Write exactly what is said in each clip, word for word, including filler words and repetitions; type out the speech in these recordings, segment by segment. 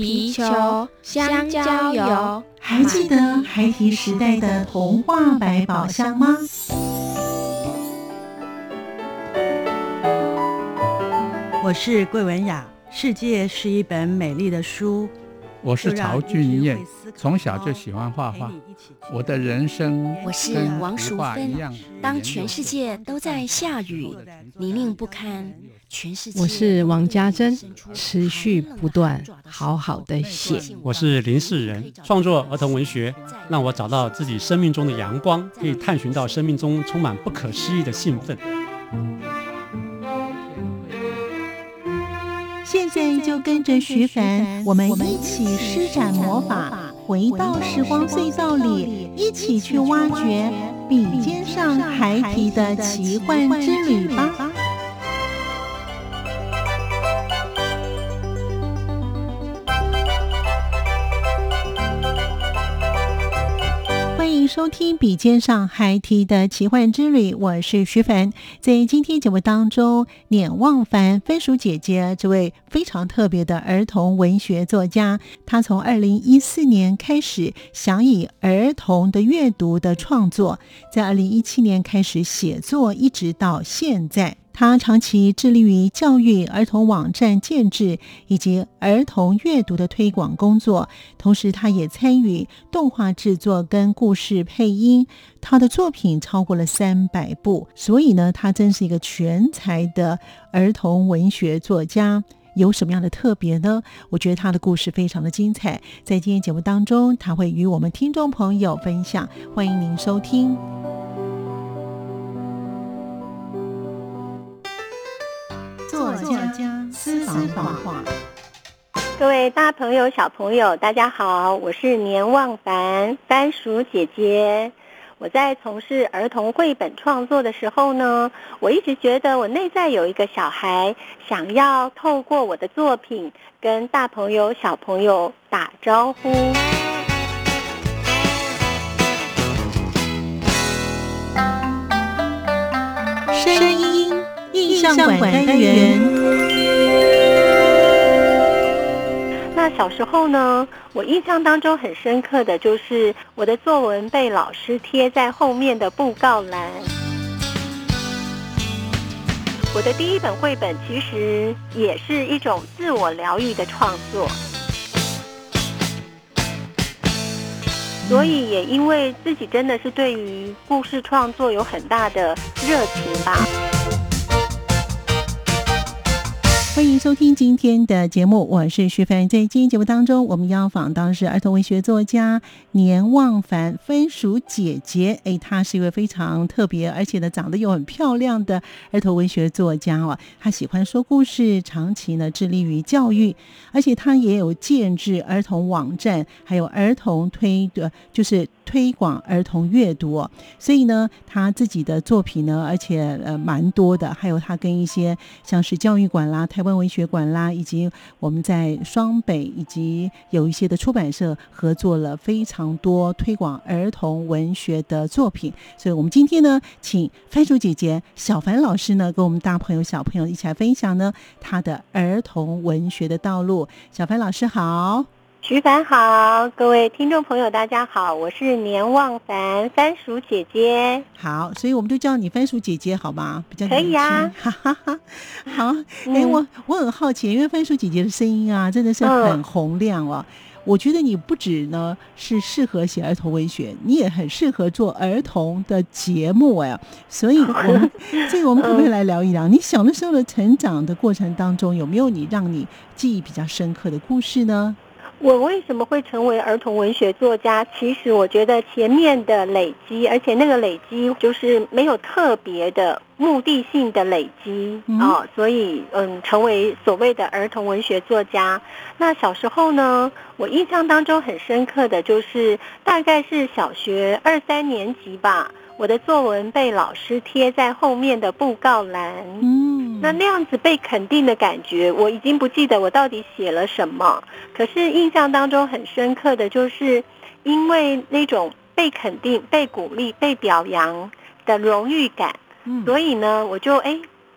皮球、香蕉油。 还记得孩提时代的童话百宝箱吗？ 我是桂文雅，世界是一本美丽的书。 我是曹俊彦，从小就喜欢画画，我的人生我是王淑芬，当全世界都在下雨，泥泞不堪，全世界。 我是王家珍，持续不断好好的写。 我是林世仁，创作儿童文学，让我找到自己生命中的阳光，可以探寻到生命中充满不可思议的兴奋。 现在就跟着徐凡，我们一起施展魔法，回到时光隧道里，一起去挖掘笔尖上孩提的奇幻之旅吧。欢迎收听笔尖上孩提的奇幻之旅，我是徐凡。在今天节目当中，碾望凡分属姐姐这位非常特别的儿童文学作家，她从二零一四年开始想以儿童的阅读的创作，在二零一七年开始写作，一直到现在。他长期致力于教育、儿童网站建制以及儿童阅读的推广工作，同时他也参与动画制作跟故事配音，他的作品超过了三百部，所以呢，他真是一个全才的儿童文学作家。有什么样的特别呢？我觉得他的故事非常的精彩，在今天节目当中，他会与我们听众朋友分享，欢迎您收听。作家私房话， 各位大朋友小朋友大家好，我是年望凡番薯姐姐。我在从事儿童绘本创作的时候呢，我一直觉得我内在有一个小孩，想要透过我的作品跟大朋友小朋友打招呼。 声音印象馆单元。 那小时候呢，我印象当中很深刻的就是我的作文被老师贴在后面的布告栏。我的第一本绘本其实也是一种自我疗愈的创作，所以也因为自己真的是对于故事创作有很大的热情吧。 欢迎收听今天的节目，我是徐凡。在今天节目当中，我们要访到的是儿童文学作家年望凡分属姐姐。诶，她是一位非常特别，而且呢长得又很漂亮的儿童文学作家哦。她喜欢说故事，长期呢致力于教育，而且她也有建制儿童网站，还有儿童推的，就是推广儿童阅读哦。所以呢，她自己的作品呢，而且呃蛮多的，还有她跟一些像是教育馆啦、台湾文学馆啦，以及我们在双北以及有一些的出版社合作了非常多推广儿童文学的作品。所以我们今天呢，请番薯姐姐小凡老师呢，跟我们大朋友小朋友一起来分享呢她的儿童文学的道路。小凡老师好。 徐凡好，各位听众朋友大家好，我是年望凡番薯姐姐。 好，所以我们就叫你番薯姐姐好吗？比较可以啊。 好，哎、欸，我我很好奇，因为番薯姐姐的声音啊，真的是很洪亮哦。嗯，我觉得你不止呢是适合写儿童文学，你也很适合做儿童的节目哎，所以我们这个我们可不可以来聊一聊，你小的时候的成长的过程当中，有没有你让你记忆比较深刻的故事呢？ 我为什么会成为儿童文学作家？其实我觉得前面的累积，而且那个累积就是没有特别的目的性的累积、嗯哦、所以嗯，成为所谓的儿童文学作家。那小时候呢，我印象当中很深刻的就是大概是小学二三年级吧，我的作文被老师贴在后面的布告栏。嗯，那那样子被肯定的感觉，我已经不记得我到底写了什么，可是印象当中很深刻的就是因为那种被肯定、被鼓励、被表扬的荣誉感、嗯、所以呢我就哎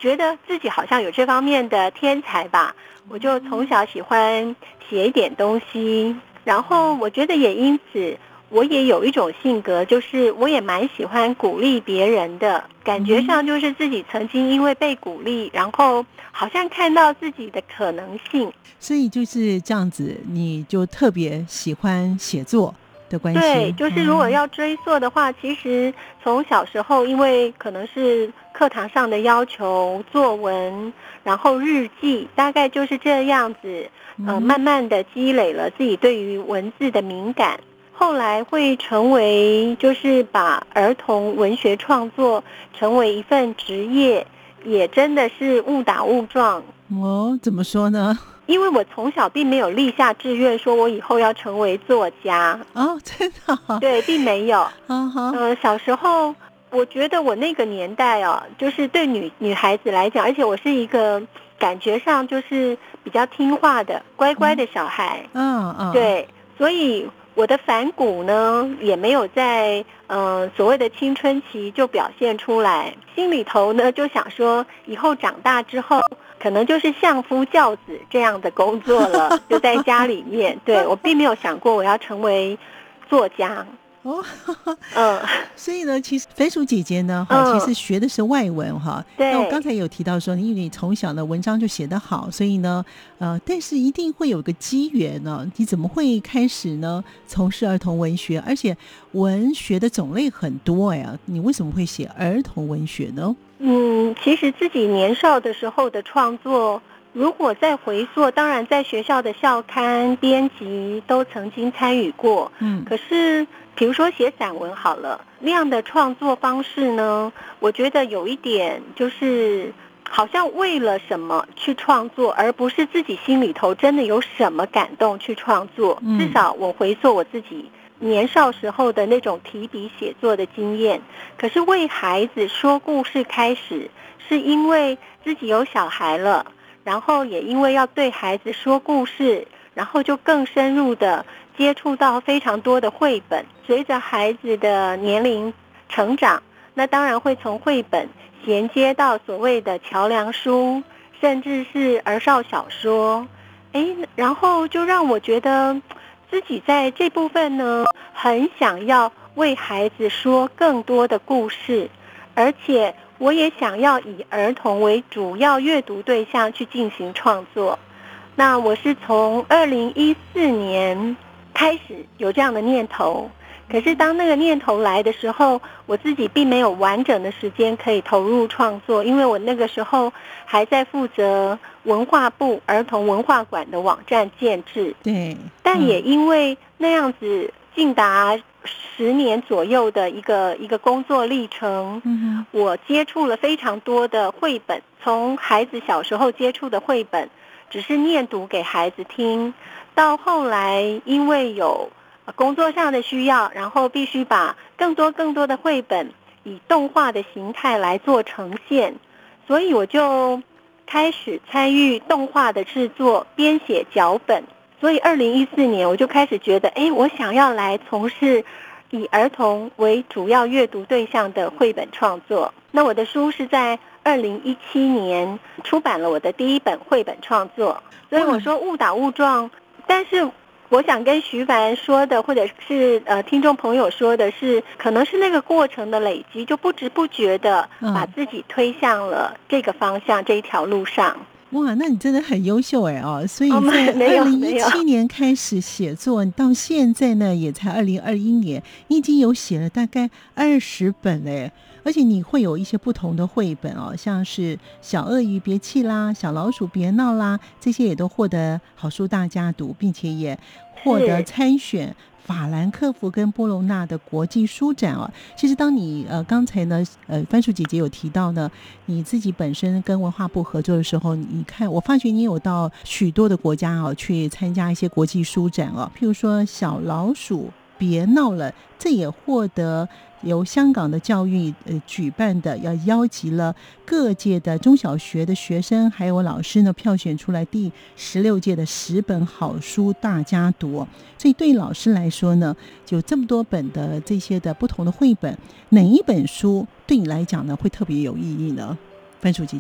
觉得自己好像有这方面的天才吧，我就从小喜欢写一点东西，然后我觉得也因此我也有一种性格，就是我也蛮喜欢鼓励别人的，感觉上就是自己曾经因为被鼓励，然后好像看到自己的可能性。 所以就是这样子，你就特别喜欢写作的关系。 对，就是如果要追溯的话，嗯、其实从小时候因为可能是课堂上的要求，作文，然后日记，大概就是这样子，呃，慢慢的积累了自己对于文字的敏感。后来会成为就是把儿童文学创作成为一份职业，也真的是误打误撞。 哦，怎么说呢？ 因为我从小并没有立下志愿说我以后要成为作家。 哦，真的、啊？ 对，并没有。 嗯哼。 呃，小时候我觉得我那个年代哦，就是对女女孩子来讲，而且我是一个感觉上就是比较听话的乖乖的小孩。 嗯嗯。 对，所以我的反骨呢，也没有在呃所谓的青春期就表现出来，心里头呢就想说，以后长大之后，可能就是相夫教子这样的工作了，就在家里面。对，我并没有想过我要成为作家。 哦， 嗯， 所以呢，其实番薯姐姐呢，哈、嗯，其实学的是外文哈。 对。 那我刚才有提到说，因为你从小的文章就写得好，所以呢，呃，但是一定会有个机缘呢。你怎么会开始呢从事儿童文学？而且文学的种类很多呀，你为什么会写儿童文学呢？ 嗯，其实自己年少的时候的创作，如果再回溯，当然在学校的校刊编辑都曾经参与过。嗯，可是比如说写散文好了，那样的创作方式呢，我觉得有一点就是好像为了什么去创作，而不是自己心里头真的有什么感动去创作。嗯，至少我回溯我自己年少时候的那种提笔写作的经验。可是为孩子说故事开始，是因为自己有小孩了，然后也因为要对孩子说故事，然后就更深入的接触到非常多的绘本。随着孩子的年龄成长，那当然会从绘本衔接到所谓的桥梁书，甚至是儿少小说。诶，然后就让我觉得自己在这部分呢，很想要为孩子说更多的故事，而且我也想要以儿童为主要阅读对象去进行创作。那我是从二零一四年开始有这样的念头，可是当那个念头来的时候，我自己并没有完整的时间可以投入创作，因为我那个时候还在负责文化部儿童文化馆的网站建制。 对， 但也因为那样子近达十年左右的一个一个工作历程，嗯，我接触了非常多的绘本，从孩子小时候接触的绘本只是念读给孩子听，到后来因为有工作上的需要，然后必须把更多更多的绘本以动画的形态来做呈现，所以我就开始参与动画的制作，编写脚本。所以二零一四年我就开始觉得，哎，我想要来从事以儿童为主要阅读对象的绘本创作。那我的书是在二零一七年出版了我的第一本绘本创作，所以我说误打误撞，但是我想跟徐凡说的，或者是呃听众朋友说的是，可能是那个过程的累积，就不知不觉的把自己推向了这个方向，这一条路上。 哇，那你真的很优秀哎哦！所以在二零一七年开始写作，到现在呢也才二零二一年，你已经有写了大概二十本嘞。而且你会有一些不同的绘本哦，像是小鳄鱼别气啦，小老鼠别闹啦，这些也都获得好书大家读，并且也获得参选法兰克福跟波隆纳的国际书展哦。其实当你呃刚才呢呃番薯姐姐有提到呢，你自己本身跟文化部合作的时候，你看我发觉你有到许多的国家哦去参加一些国际书展哦，譬如说小老鼠别闹了，这也获得由香港的教育呃举办的，要邀集了各界的中小学的学生还有老师呢，票选出来第十六届的十本好书大家读。所以对老师来说呢，有这么多本的这些的不同的绘本，哪一本书对你来讲呢会特别有意义呢？番薯姐姐。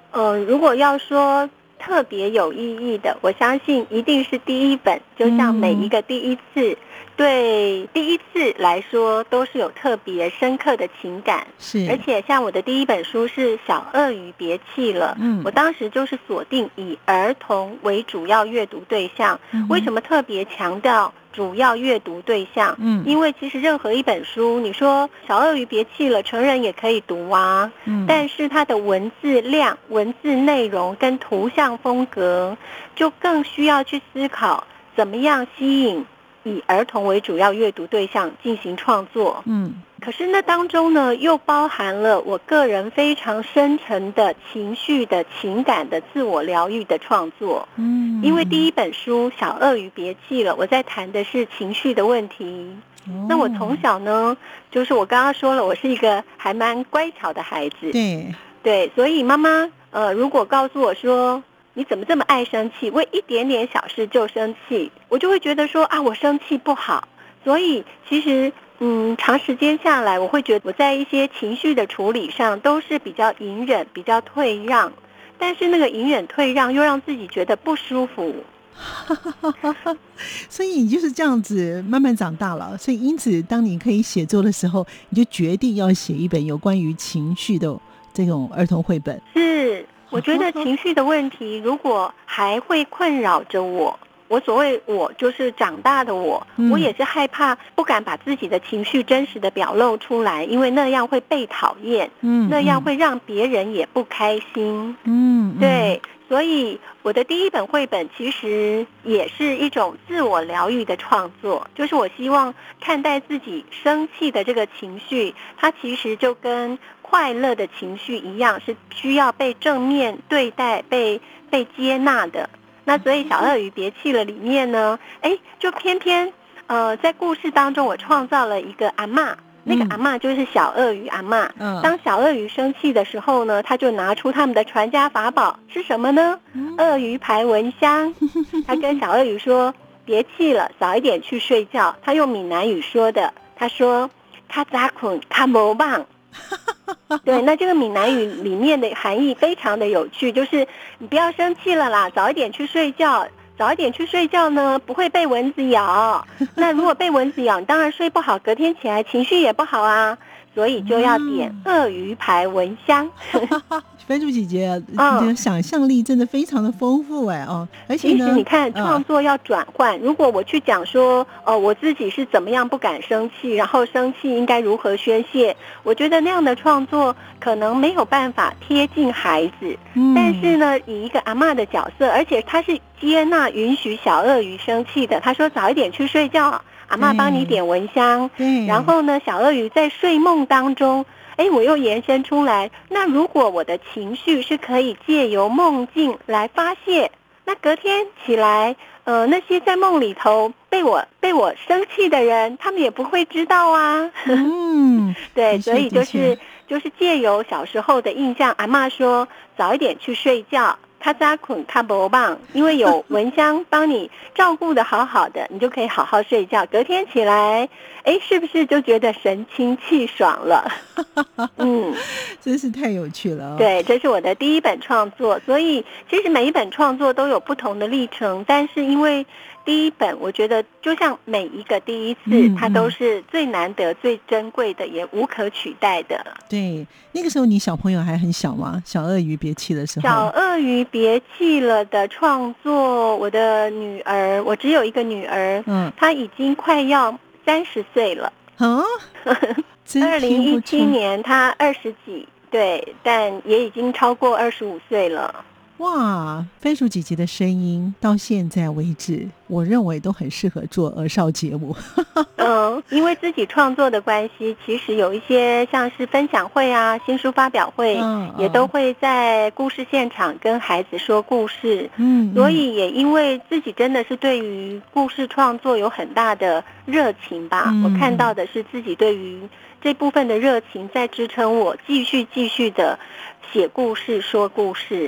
呃，如果要说特别有意义的，我相信一定是第一本，就像每一个第一次，嗯、对第一次来说都是有特别深刻的情感。 是， 而且像我的第一本书是《小鳄鱼别气了》，嗯，我当时就是锁定以儿童为主要阅读对象。嗯、为什么特别强调主要阅读对象？嗯，因为其实任何一本书，你说小鳄鱼别气了，成人也可以读啊。嗯，但是它的文字量、文字内容跟图像风格，就更需要去思考怎么样吸引以儿童为主要阅读对象进行创作。嗯，可是那当中呢，又包含了我个人非常深沉的情绪的情感的自我疗愈的创作。嗯，因为第一本书《小鳄鱼别气了》，我在谈的是情绪的问题。哦、那我从小呢，就是我刚刚说了，我是一个还蛮乖巧的孩子。 对对，所以妈妈呃，如果告诉我说，你怎么这么爱生气，为一点点小事就生气，我就会觉得说啊，我生气不好。所以其实嗯，长时间下来，我会觉得我在一些情绪的处理上都是比较隐忍，比较退让，但是那个隐忍退让又让自己觉得不舒服。 所以你就是这样子慢慢长大了，所以因此当你可以写作的时候，你就决定要写一本有关于情绪的这种儿童绘本。 是，我觉得情绪的问题如果还会困扰着我，我所谓我就是长大的我、嗯、我也是害怕不敢把自己的情绪真实的表露出来，因为那样会被讨厌，嗯，那样会让别人也不开心。嗯，对，所以我的第一本绘本其实也是一种自我疗愈的创作，就是我希望看待自己生气的这个情绪，它其实就跟快乐的情绪一样，是需要被正面对待、被被接纳的。那所以《小鳄鱼别气了》里面呢，哎，就偏偏呃在故事当中，我创造了一个阿嬷。那个阿嬷就是小鳄鱼阿嬷。嗯，当小鳄鱼生气的时候呢，他就拿出他们的传家法宝是什么呢？嗯、鳄鱼牌蚊香。他跟小鳄鱼说：“别气了，早一点去睡觉。”他用闽南语说的，他说：“卡扎捆卡摩棒。”对，那这个闽南语里面的含义非常的有趣，就是你不要生气了啦，早一点去睡觉。早一点去睡觉呢，不会被蚊子咬。那如果被蚊子咬，你当然睡不好，隔天起来情绪也不好啊。所以就要点鳄鱼牌蚊香。 番薯姐姐，你的想象力真的非常的丰富哎哦，而且呢， 其实你看创作要转换、嗯。如果我去讲说，哦，我自己是怎么样不敢生气，然后生气应该如何宣泄，我觉得那样的创作可能没有办法贴近孩子。嗯、但是呢，以一个阿嬷的角色，而且他是接纳允许小鳄鱼生气的，他说早一点去睡觉。阿嬷帮你点蚊香，然后呢，小鳄鱼在睡梦当中，哎，我又延伸出来，那如果我的情绪是可以借由梦境来发泄，那隔天起来，呃，那些在梦里头被我被我生气的人，他们也不会知道啊。嗯，对，所以就是就是借由小时候的印象，阿嬷说早一点去睡觉。卡扎捆卡博棒，因为有蚊香帮你照顾的好好的，你就可以好好睡觉。隔天起来，哎，是不是就觉得神清气爽了？嗯， 真是太有趣了、哦。 对，这是我的第一本创作，所以其实每一本创作都有不同的历程，但是因为第一本，我觉得就像每一个第一次，嗯、它都是最难得、最珍贵的，也无可取代的。 对，那个时候你小朋友还很小吗？小鳄鱼别气的时候。 小鳄鱼别气了的创作，我的女儿，我只有一个女儿，嗯，她已经快要三十岁了。啊？二零一七年她二十几，对，但也已经超过二十五岁了。 哇，番薯姐姐的声音到现在为止，我认为都很适合做儿少节目。 嗯，因为自己创作的关系，其实有一些像是分享会啊、新书发表会，嗯、也都会在故事现场跟孩子说故事。嗯，所以也因为自己真的是对于故事创作有很大的热情吧，嗯、我看到的是自己对于这部分的热情在支撑我继续继续的写故事、说故事。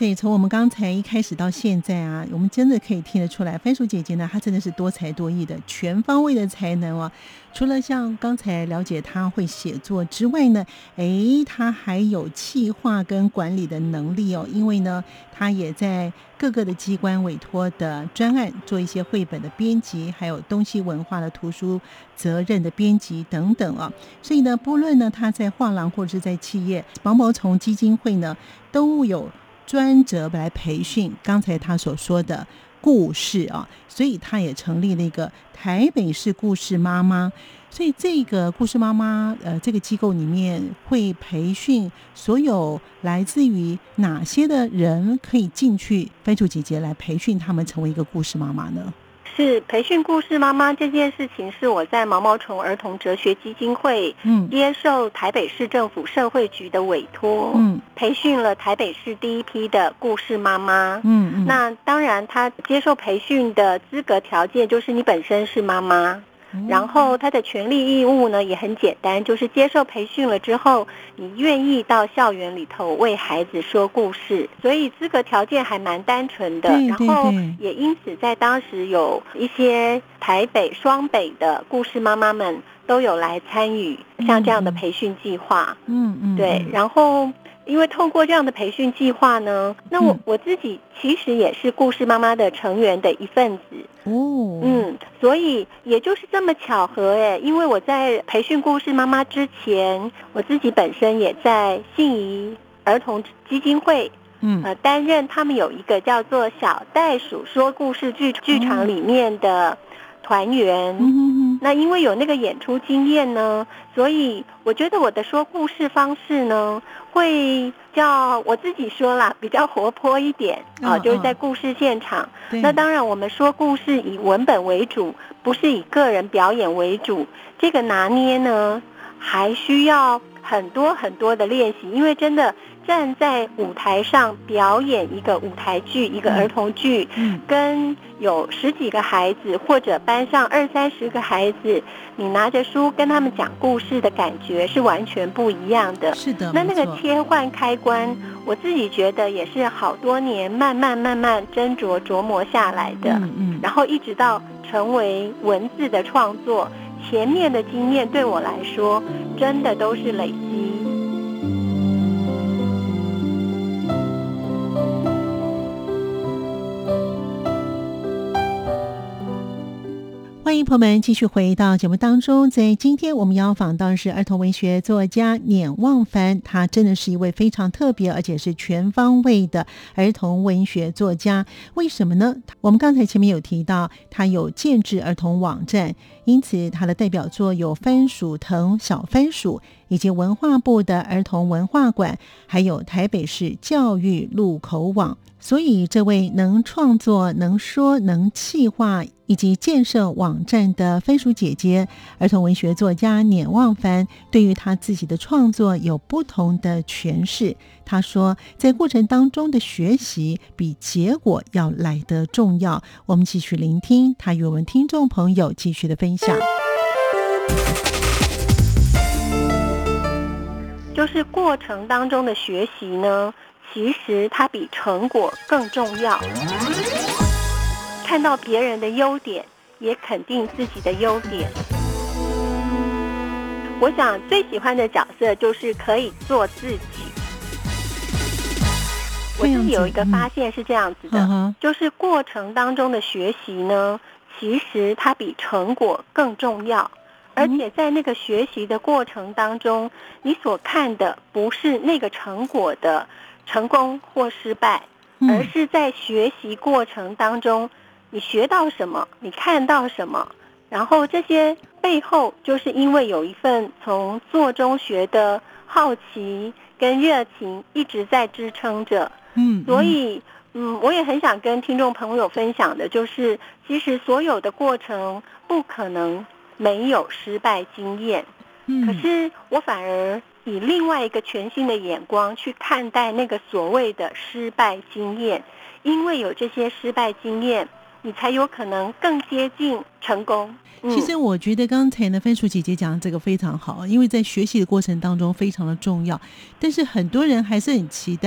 对，从我们刚才一开始到现在啊，我们真的可以听得出来，番薯姐姐呢，她真的是多才多艺的，全方位的才能哦。除了像刚才了解她会写作之外呢，诶，她还有企划跟管理的能力哦。因为呢，她也在各个的机关委托的专案做一些绘本的编辑，还有东西文化的图书责任的编辑等等啊。所以呢，不论呢她在画廊或者是在企业，毛毛虫基金会呢都有专责来培训刚才他所说的故事啊，所以他也成立了一个台北市故事妈妈。所以这个故事妈妈呃，这个机构里面会培训所有来自于哪些的人可以进去番薯姐姐来培训他们成为一个故事妈妈呢？ 是培训故事妈妈这件事情是我在毛毛虫儿童哲学基金会嗯接受台北市政府社会局的委托，嗯，培训了台北市第一批的故事妈妈，嗯嗯，那当然她接受培训的资格条件就是你本身是妈妈。然后他的权利义务呢也很简单，就是接受培训了之后，你愿意到校园里头为孩子说故事，所以资格条件还蛮单纯的。 对对对， 然后也因此在当时有一些台北、双北的故事妈妈们都有来参与像这样的培训计划。嗯嗯，对，然后因为透过这样的培训计划呢，那我、嗯、我自己其实也是故事妈妈的成员的一份子哦，嗯，所以也就是这么巧合哎，因为我在培训故事妈妈之前，我自己本身也在信宜儿童基金会，嗯，呃，担任他们有一个叫做小袋鼠说故事剧剧场里面的团员。嗯，那因为有那个演出经验呢，所以我觉得我的说故事方式呢，会叫我自己说啦，比较活泼一点啊、哦哦，就是在故事现场。那当然，我们说故事以文本为主，不是以个人表演为主。这个拿捏呢，还需要很多很多的练习，因为真的站在舞台上表演一个舞台剧，一个儿童剧，嗯，跟有十几个孩子或者班上二三十个孩子，你拿着书跟他们讲故事的感觉是完全不一样的。 是的， 那那个切换开关，我自己觉得也是好多年慢慢慢慢斟酌琢磨下来的。嗯嗯，然后一直到成为文字的创作，前面的经验对我来说，真的都是累积。 欢迎朋友们继续回到节目当中，在今天我们要访到的是儿童文学作家碾望帆，他真的是一位非常特别而且是全方位的儿童文学作家。为什么呢？我们刚才前面有提到他有建制儿童网站，因此他的代表作有番薯藤小番薯，以及文化部的儿童文化馆，还有台北市教育路口网。所以这位能创作、能说、能企划以及建设网站的番薯姐姐，儿童文学作家碾望帆，对于她自己的创作有不同的诠释。她说，在过程当中的学习比结果要来得重要。我们继续聆听她与我们听众朋友继续的分享。 就是过程当中的学习呢，其实它比成果更重要。看到别人的优点，也肯定自己的优点。我想最喜欢的角色就是可以做自己。我自己有一个发现是这样子的，嗯、就是过程当中的学习呢，其实它比成果更重要。而且在那个学习的过程当中，你所看的不是那个成果的成功或失败，而是在学习过程当中你学到什么，你看到什么，然后这些背后就是因为有一份从做中学的好奇跟热情一直在支撑着。嗯，所以嗯，我也很想跟听众朋友分享的就是，其实所有的过程不可能没有失败经验，嗯，可是我反而以另外一个全新的眼光去看待那个所谓的失败经验，因为有这些失败经验，你才有可能更接近成功。 嗯、其实我觉得刚才呢番薯姐姐讲的这个非常好，因为在学习的过程当中非常的重要，但是很多人还是很期待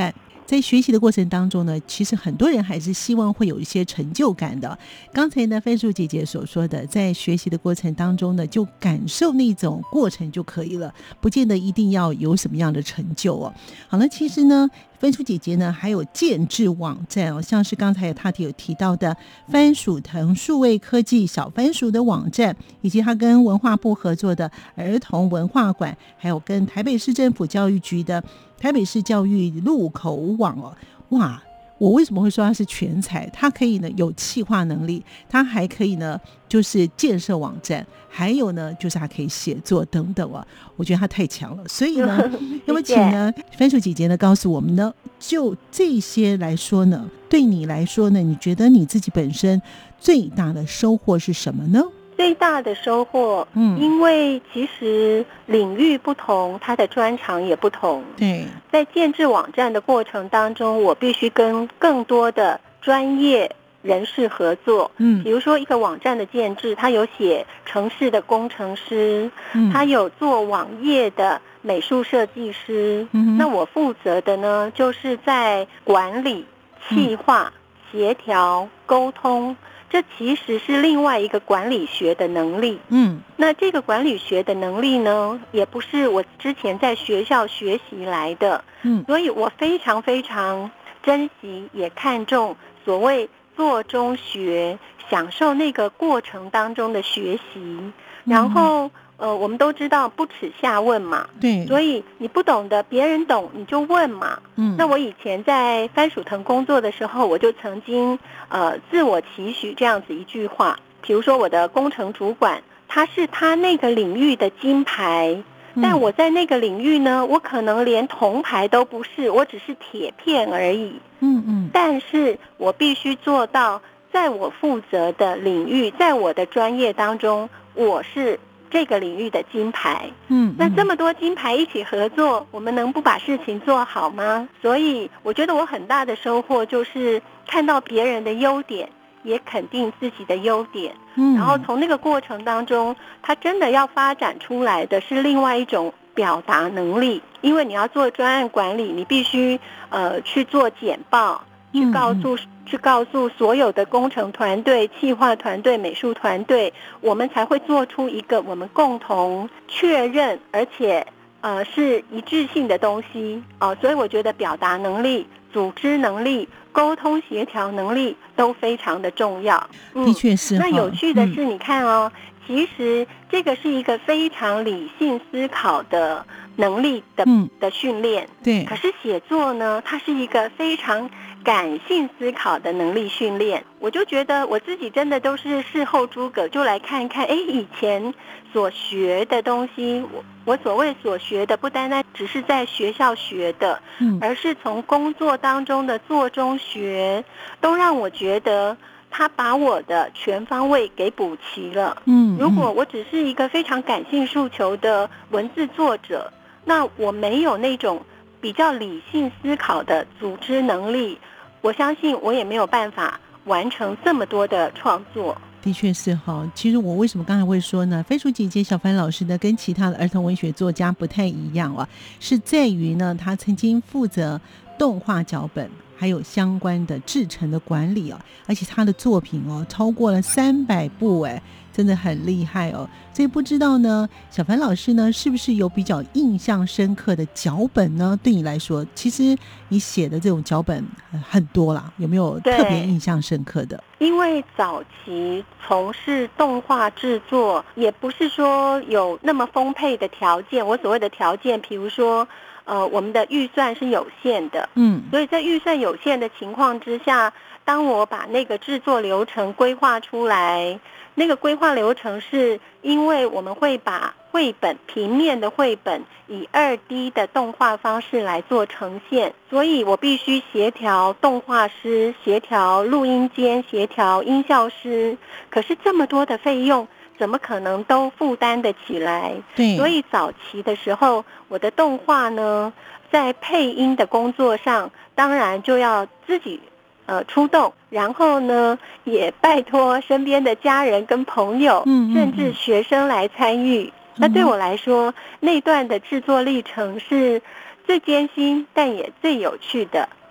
在学习的过程当中呢，其实很多人还是希望会有一些成就感的。刚才呢，分数姐姐所说的，在学习的过程当中呢，就感受那种过程就可以了，不见得一定要有什么样的成就哦。好了，其实呢，分数姐姐呢还有建制网站哦，像是刚才她有提到的番薯藤数位科技小番薯的网站，以及她跟文化部合作的儿童文化馆，还有跟台北市政府教育局的台北市教育路口网哦，哇！我为什么会说他是全才？他可以呢有企划能力，他还可以呢就是建设网站，还有呢就是他可以写作等等啊，我觉得他太强了。所以呢，那么请呢番薯姐姐呢告诉我们呢，就这些来说呢，对你来说呢，你觉得你自己本身最大的收获是什么呢？ 最大的收获，嗯，因为其实领域不同，它的专长也不同。 对， 在建制网站的过程当中，我必须跟更多的专业人士合作。嗯，比如说一个网站的建制，它有写程式的工程师，嗯，它有做网页的美术设计师。嗯，那我负责的呢，就是在管理、企划、协调、沟通。这其实是另外一个管理学的能力。嗯，那这个管理学的能力呢，也不是我之前在学校学习来的。嗯，所以我非常非常珍惜，也看重所谓做中学，享受那个过程当中的学习。然后，呃，我们都知道不耻下问嘛。 对。 所以你不懂的，别人懂你就问嘛。嗯。那我以前在番薯藤工作的时候，我就曾经呃自我期许这样子一句话，比如说我的工程主管，他是他那个领域的金牌，但我在那个领域呢，我可能连铜牌都不是，我只是铁片而已。嗯嗯。但是我必须做到，在我负责的领域，在我的专业当中，我是这个领域的金牌。嗯，那这么多金牌一起合作，我们能不把事情做好吗？所以我觉得我很大的收获就是看到别人的优点，也肯定自己的优点。嗯，然后从那个过程当中，他真的要发展出来的是另外一种表达能力，因为你要做专案管理，你必须呃去做简报，去告诉、嗯、去告诉所有的工程团队、企划团队、美术团队，我们才会做出一个我们共同确认而且呃是一致性的东西哦、呃。所以我觉得表达能力、组织能力、沟通协调能力都非常的重要。 嗯、的确是。 那有趣的是，你看哦、嗯，其实这个是一个非常理性思考的能力的、嗯、的训练。 对。 可是写作呢，它是一个非常感性思考的能力训练。我就觉得我自己真的都是事后诸葛，就来看一看，哎，以前所学的东西，我我所谓所学的，不单单只是在学校学的，嗯，而是从工作当中的做中学，都让我觉得他把我的全方位给补齐了。嗯，如果我只是一个非常感性诉求的文字作者，那我没有那种比较理性思考的组织能力，我相信我也没有办法完成这么多的创作。 的确是哈，其实我为什么刚才会说呢？飞鼠姐姐小帆老师呢，跟其他的儿童文学作家不太一样啊，是在于呢，她曾经负责动画脚本，还有相关的制程的管理哦，而且她的作品哦，超过了三百部哎。真的很厉害哦，所以不知道呢，小帆老师呢是不是有比较印象深刻的脚本呢？对你来说，其实你写的这种脚本很多啦，有没有特别印象深刻的？ 因为早期从事动画制作，也不是说有那么丰沛的条件。我所谓的条件，比如说，呃，我们的预算是有限的，嗯，所以在预算有限的情况之下，当我把那个制作流程规划出来。那个规划流程是因为我们会把绘本平面的绘本以 二 D 的动画方式来做呈现，所以我必须协调动画师、协调录音监、协调音效师，可是这么多的费用怎么可能都负担得起来？对，所以早期的时候我的动画呢，在配音的工作上当然就要自己呃，出动，然后呢，也拜托身边的家人跟朋友，嗯嗯嗯甚至学生来参与。嗯、那对我来说，那段的制作历程是最艰辛，但也最有趣的。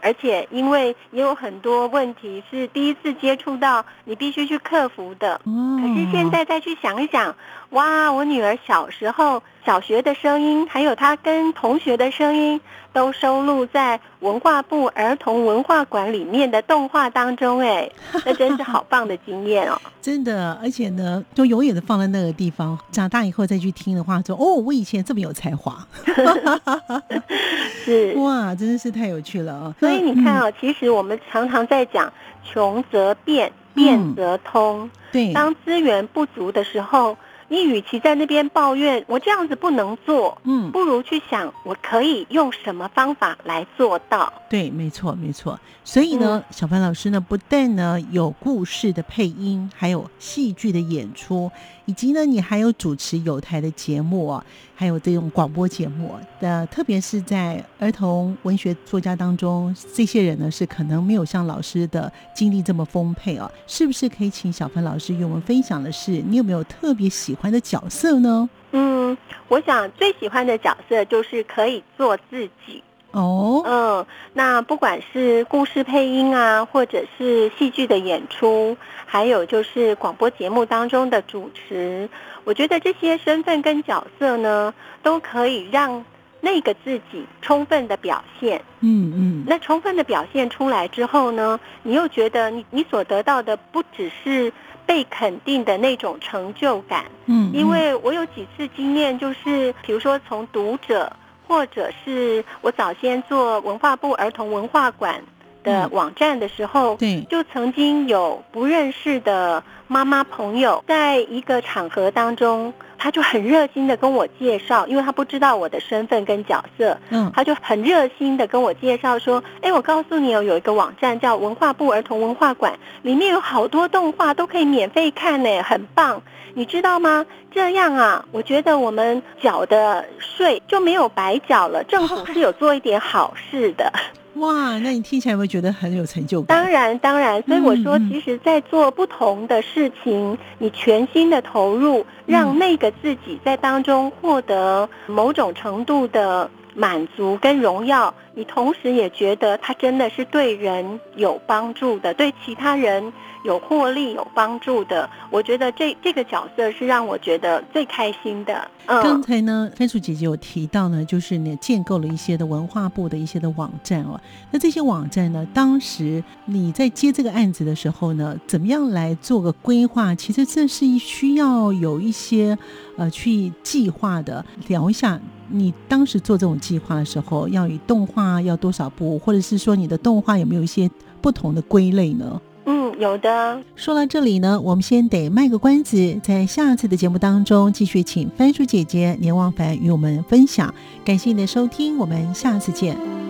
而且因为也有很多问题是第一次接触到，你必须去克服的。 哦， 可是现在再去想一想，哇，我女儿小时候小学的声音，还有她跟同学的声音，都收录在文化部儿童文化馆里面的动画当中，哎，那真是好棒的经验哦！ 真的，而且呢，就永远的放在那个地方，长大以后再去听的话，说哦，我以前这么有才华， 是哇，真的是太有趣了啊！ 所以你看哦，嗯、其实我们常常在讲穷则变，变则通。嗯、 对， 当资源不足的时候，你与其在那边抱怨我这样子不能做，嗯，不如去想我可以用什么方法来做到。 对，没错没错。所以呢，嗯、小帆老师呢，不但呢有故事的配音，还有戏剧的演出，以及呢你还有主持有台的节目啊，还有这种广播节目的，特别是在儿童文学作家当中，这些人呢是可能没有像老师的经历这么丰沛啊。是不是可以请小帆老师与我们分享的是，你有没有特别喜欢的角色呢？ 嗯，我想最喜欢的角色就是可以做自己。 哦， 嗯，那不管是故事配音啊，或者是戏剧的演出，还有就是广播节目当中的主持，我觉得这些身份跟角色呢，都可以让那个自己充分的表现。 嗯嗯， 那充分的表现出来之后呢，你又觉得你你所得到的不只是被肯定的那种成就感。嗯，因为我有几次经验，就是比如说从读者，或者是我早先做文化部儿童文化馆的网站的时候， 对、嗯， 就曾经有不认识的妈妈朋友，在一个场合当中，他就很热心的跟我介绍，因为他不知道我的身份跟角色，嗯，他就很热心的跟我介绍说，哎，我告诉你哦，有一个网站叫文化部儿童文化馆，里面有好多动画都可以免费看呢，很棒。你知道吗？这样啊，我觉得我们缴的税就没有白缴了，政府是有做一点好事的。 哇，那你听起来会觉得很有成就感。 当然当然，所以我说其实在做不同的事情，嗯、你全心的投入，让那个自己在当中获得某种程度的满足跟荣耀，你同时也觉得它真的是对人有帮助的，对其他人有获利有帮助的，我觉得这这个角色是让我觉得最开心的。嗯， 刚才呢番薯姐姐有提到呢，就是你建构了一些的文化部的一些的网站哦。那这些网站呢，当时你在接这个案子的时候呢，怎么样来做个规划？其实这是需要有一些呃去计划的。聊一下你当时做这种计划的时候，要以动画要多少部，或者是说你的动画有没有一些不同的归类呢？ 嗯，有的。 说到这里呢，我们先得卖个关子，在下次的节目当中继续请番薯姐姐连望凡与我们分享。感谢你的收听，我们下次见。